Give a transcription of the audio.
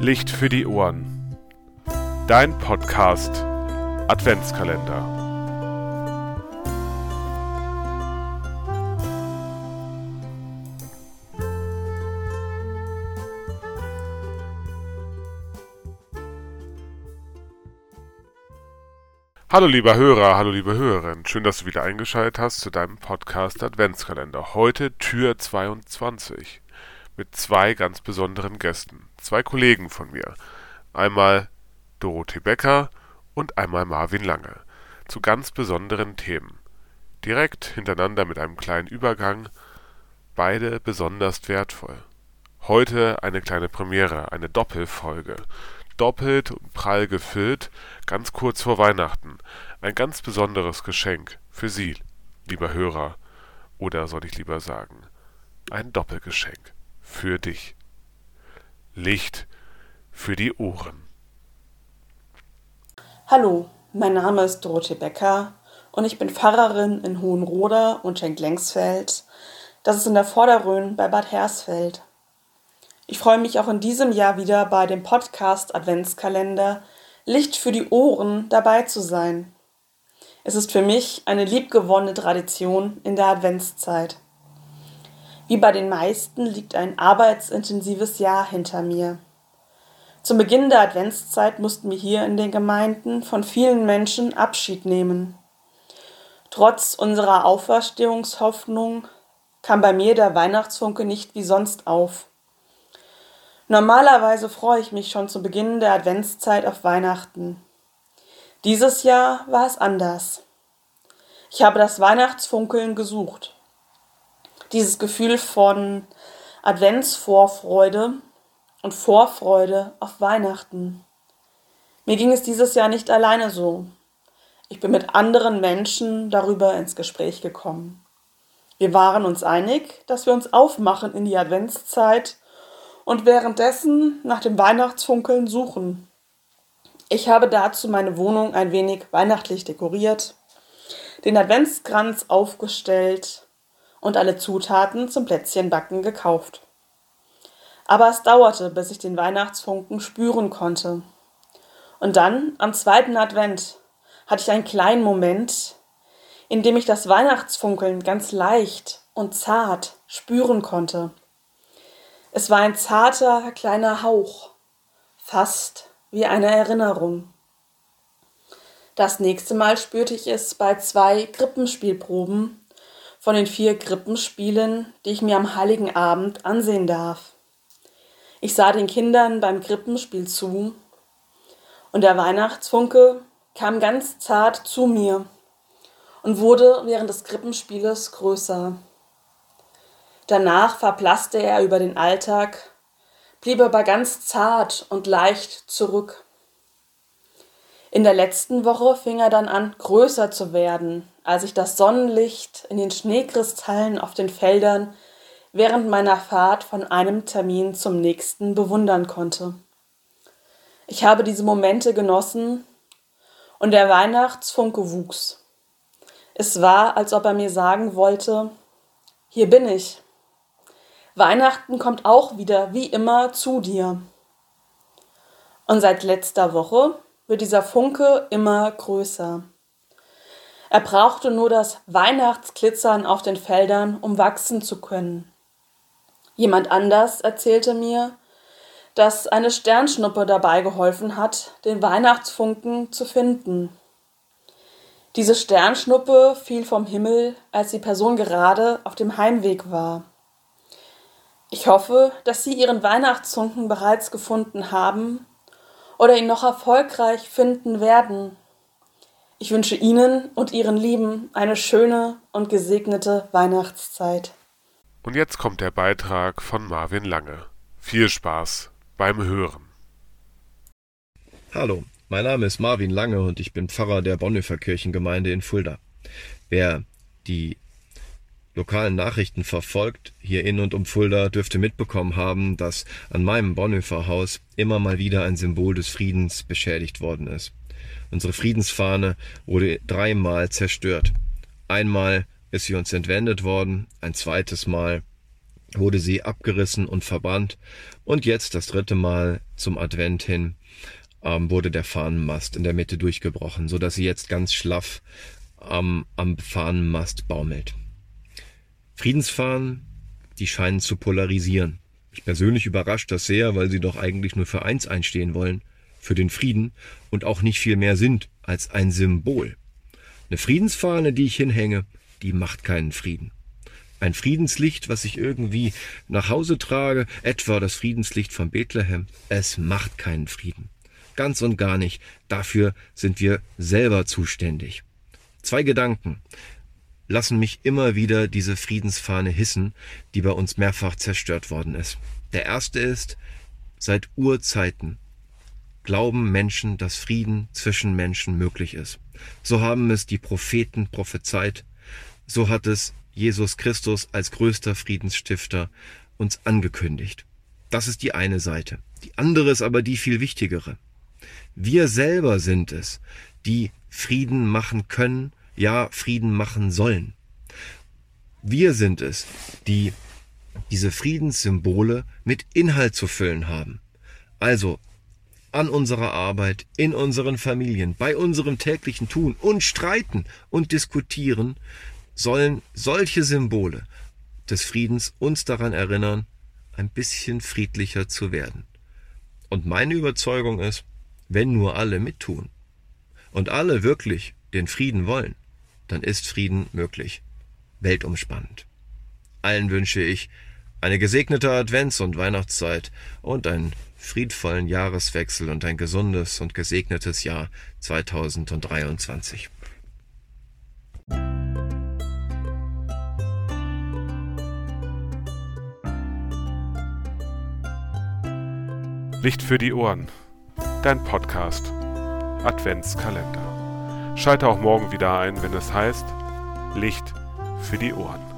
Licht für die Ohren. Dein Podcast Adventskalender. Hallo lieber Hörer, hallo liebe Hörerin. Schön, dass du wieder eingeschaltet hast zu deinem Podcast Adventskalender. Heute Tür 22 mit zwei ganz besonderen Gästen. Zwei Kollegen von mir. Einmal Dorothee Becker und einmal Marvin Lange. Zu ganz besonderen Themen. Direkt hintereinander mit einem kleinen Übergang. Beide besonders wertvoll. Heute eine kleine Premiere, eine Doppelfolge. Doppelt und prall gefüllt, ganz kurz vor Weihnachten. Ein ganz besonderes Geschenk für Sie, lieber Hörer. Oder soll ich lieber sagen, ein Doppelgeschenk für dich. Licht für die Ohren. Hallo, mein Name ist Dorothee Becker und ich bin Pfarrerin in Hohenroda und Schenk-Lengsfeld. Das ist in der Vorderrhön bei Bad Hersfeld. Ich freue mich auch in diesem Jahr wieder bei dem Podcast Adventskalender Licht für die Ohren dabei zu sein. Es ist für mich eine liebgewonnene Tradition in der Adventszeit. Wie bei den meisten liegt ein arbeitsintensives Jahr hinter mir. Zum Beginn der Adventszeit mussten wir hier in den Gemeinden von vielen Menschen Abschied nehmen. Trotz unserer Auferstehungshoffnung kam bei mir der Weihnachtsfunke nicht wie sonst auf. Normalerweise freue ich mich schon zu Beginn der Adventszeit auf Weihnachten. Dieses Jahr war es anders. Ich habe das Weihnachtsfunkeln gesucht. Dieses Gefühl von Adventsvorfreude und Vorfreude auf Weihnachten. Mir ging es dieses Jahr nicht alleine so. Ich bin mit anderen Menschen darüber ins Gespräch gekommen. Wir waren uns einig, dass wir uns aufmachen in die Adventszeit und währenddessen nach dem Weihnachtsfunkeln suchen. Ich habe dazu meine Wohnung ein wenig weihnachtlich dekoriert, den Adventskranz aufgestellt und alle Zutaten zum Plätzchenbacken gekauft. Aber es dauerte, bis ich den Weihnachtsfunken spüren konnte. Und dann, am zweiten Advent, hatte ich einen kleinen Moment, in dem ich das Weihnachtsfunkeln ganz leicht und zart spüren konnte. Es war ein zarter, kleiner Hauch, fast wie eine Erinnerung. Das nächste Mal spürte ich es bei 2 Krippenspielproben von den 4 Krippenspielen, die ich mir am Heiligen Abend ansehen darf. Ich sah den Kindern beim Krippenspiel zu und der Weihnachtsfunke kam ganz zart zu mir und wurde während des Krippenspieles größer. Danach verblasste er über den Alltag, blieb aber ganz zart und leicht zurück. In der letzten Woche fing er dann an, größer zu werden, als ich das Sonnenlicht in den Schneekristallen auf den Feldern während meiner Fahrt von einem Termin zum nächsten bewundern konnte. Ich habe diese Momente genossen und der Weihnachtsfunke wuchs. Es war, als ob er mir sagen wollte, hier bin ich. Weihnachten kommt auch wieder, wie immer, zu dir. Und seit letzter Woche wird dieser Funke immer größer. Er brauchte nur das Weihnachtsglitzern auf den Feldern, um wachsen zu können. Jemand anders erzählte mir, dass eine Sternschnuppe dabei geholfen hat, den Weihnachtsfunken zu finden. Diese Sternschnuppe fiel vom Himmel, als die Person gerade auf dem Heimweg war. Ich hoffe, dass Sie Ihren Weihnachtsfunken bereits gefunden haben oder ihn noch erfolgreich finden werden. Ich wünsche Ihnen und Ihren Lieben eine schöne und gesegnete Weihnachtszeit. Und jetzt kommt der Beitrag von Marvin Lange. Viel Spaß beim Hören. Hallo, mein Name ist Marvin Lange und ich bin Pfarrer der Bonhoeffer Kirchengemeinde in Fulda. Wer die lokalen Nachrichten verfolgt, hier in und um Fulda, dürfte mitbekommen haben, dass an meinem Bonhoeffer Haus immer mal wieder ein Symbol des Friedens beschädigt worden ist. Unsere Friedensfahne wurde 3-mal zerstört. Einmal ist sie uns entwendet worden, ein zweites Mal wurde sie abgerissen und verbrannt. Und jetzt das 3. Mal zum Advent hin wurde der Fahnenmast in der Mitte durchgebrochen, sodass sie jetzt ganz schlaff am Fahnenmast baumelt. Friedensfahnen, die scheinen zu polarisieren. Ich persönlich überrascht das sehr, weil sie doch eigentlich nur für eins einstehen wollen, für den Frieden, und auch nicht viel mehr sind als ein Symbol. Eine Friedensfahne, die ich hinhänge, die macht keinen Frieden. Ein Friedenslicht, was ich irgendwie nach Hause trage, etwa das Friedenslicht von Bethlehem, es macht keinen Frieden. Ganz und gar nicht. Dafür sind wir selber zuständig. 2 Gedanken lassen mich immer wieder diese Friedensfahne hissen, die bei uns mehrfach zerstört worden ist. Der erste ist, seit Urzeiten glauben Menschen, dass Frieden zwischen Menschen möglich ist. So haben es die Propheten prophezeit. So hat es Jesus Christus als größter Friedensstifter uns angekündigt. Das ist die eine Seite. Die andere ist aber die viel wichtigere. Wir selber sind es, die Frieden machen können, ja, Frieden machen sollen. Wir sind es, die diese Friedenssymbole mit Inhalt zu füllen haben. Also an unserer Arbeit, in unseren Familien, bei unserem täglichen Tun und Streiten und Diskutieren sollen solche Symbole des Friedens uns daran erinnern, ein bisschen friedlicher zu werden. Und meine Überzeugung ist, wenn nur alle mittun und alle wirklich den Frieden wollen, dann ist Frieden möglich, weltumspannend. Allen wünsche ich eine gesegnete Advents- und Weihnachtszeit und einen friedvollen Jahreswechsel und ein gesundes und gesegnetes Jahr 2023. Licht für die Ohren. Dein Podcast Adventskalender. Schalte auch morgen wieder ein, wenn es heißt Licht für die Ohren.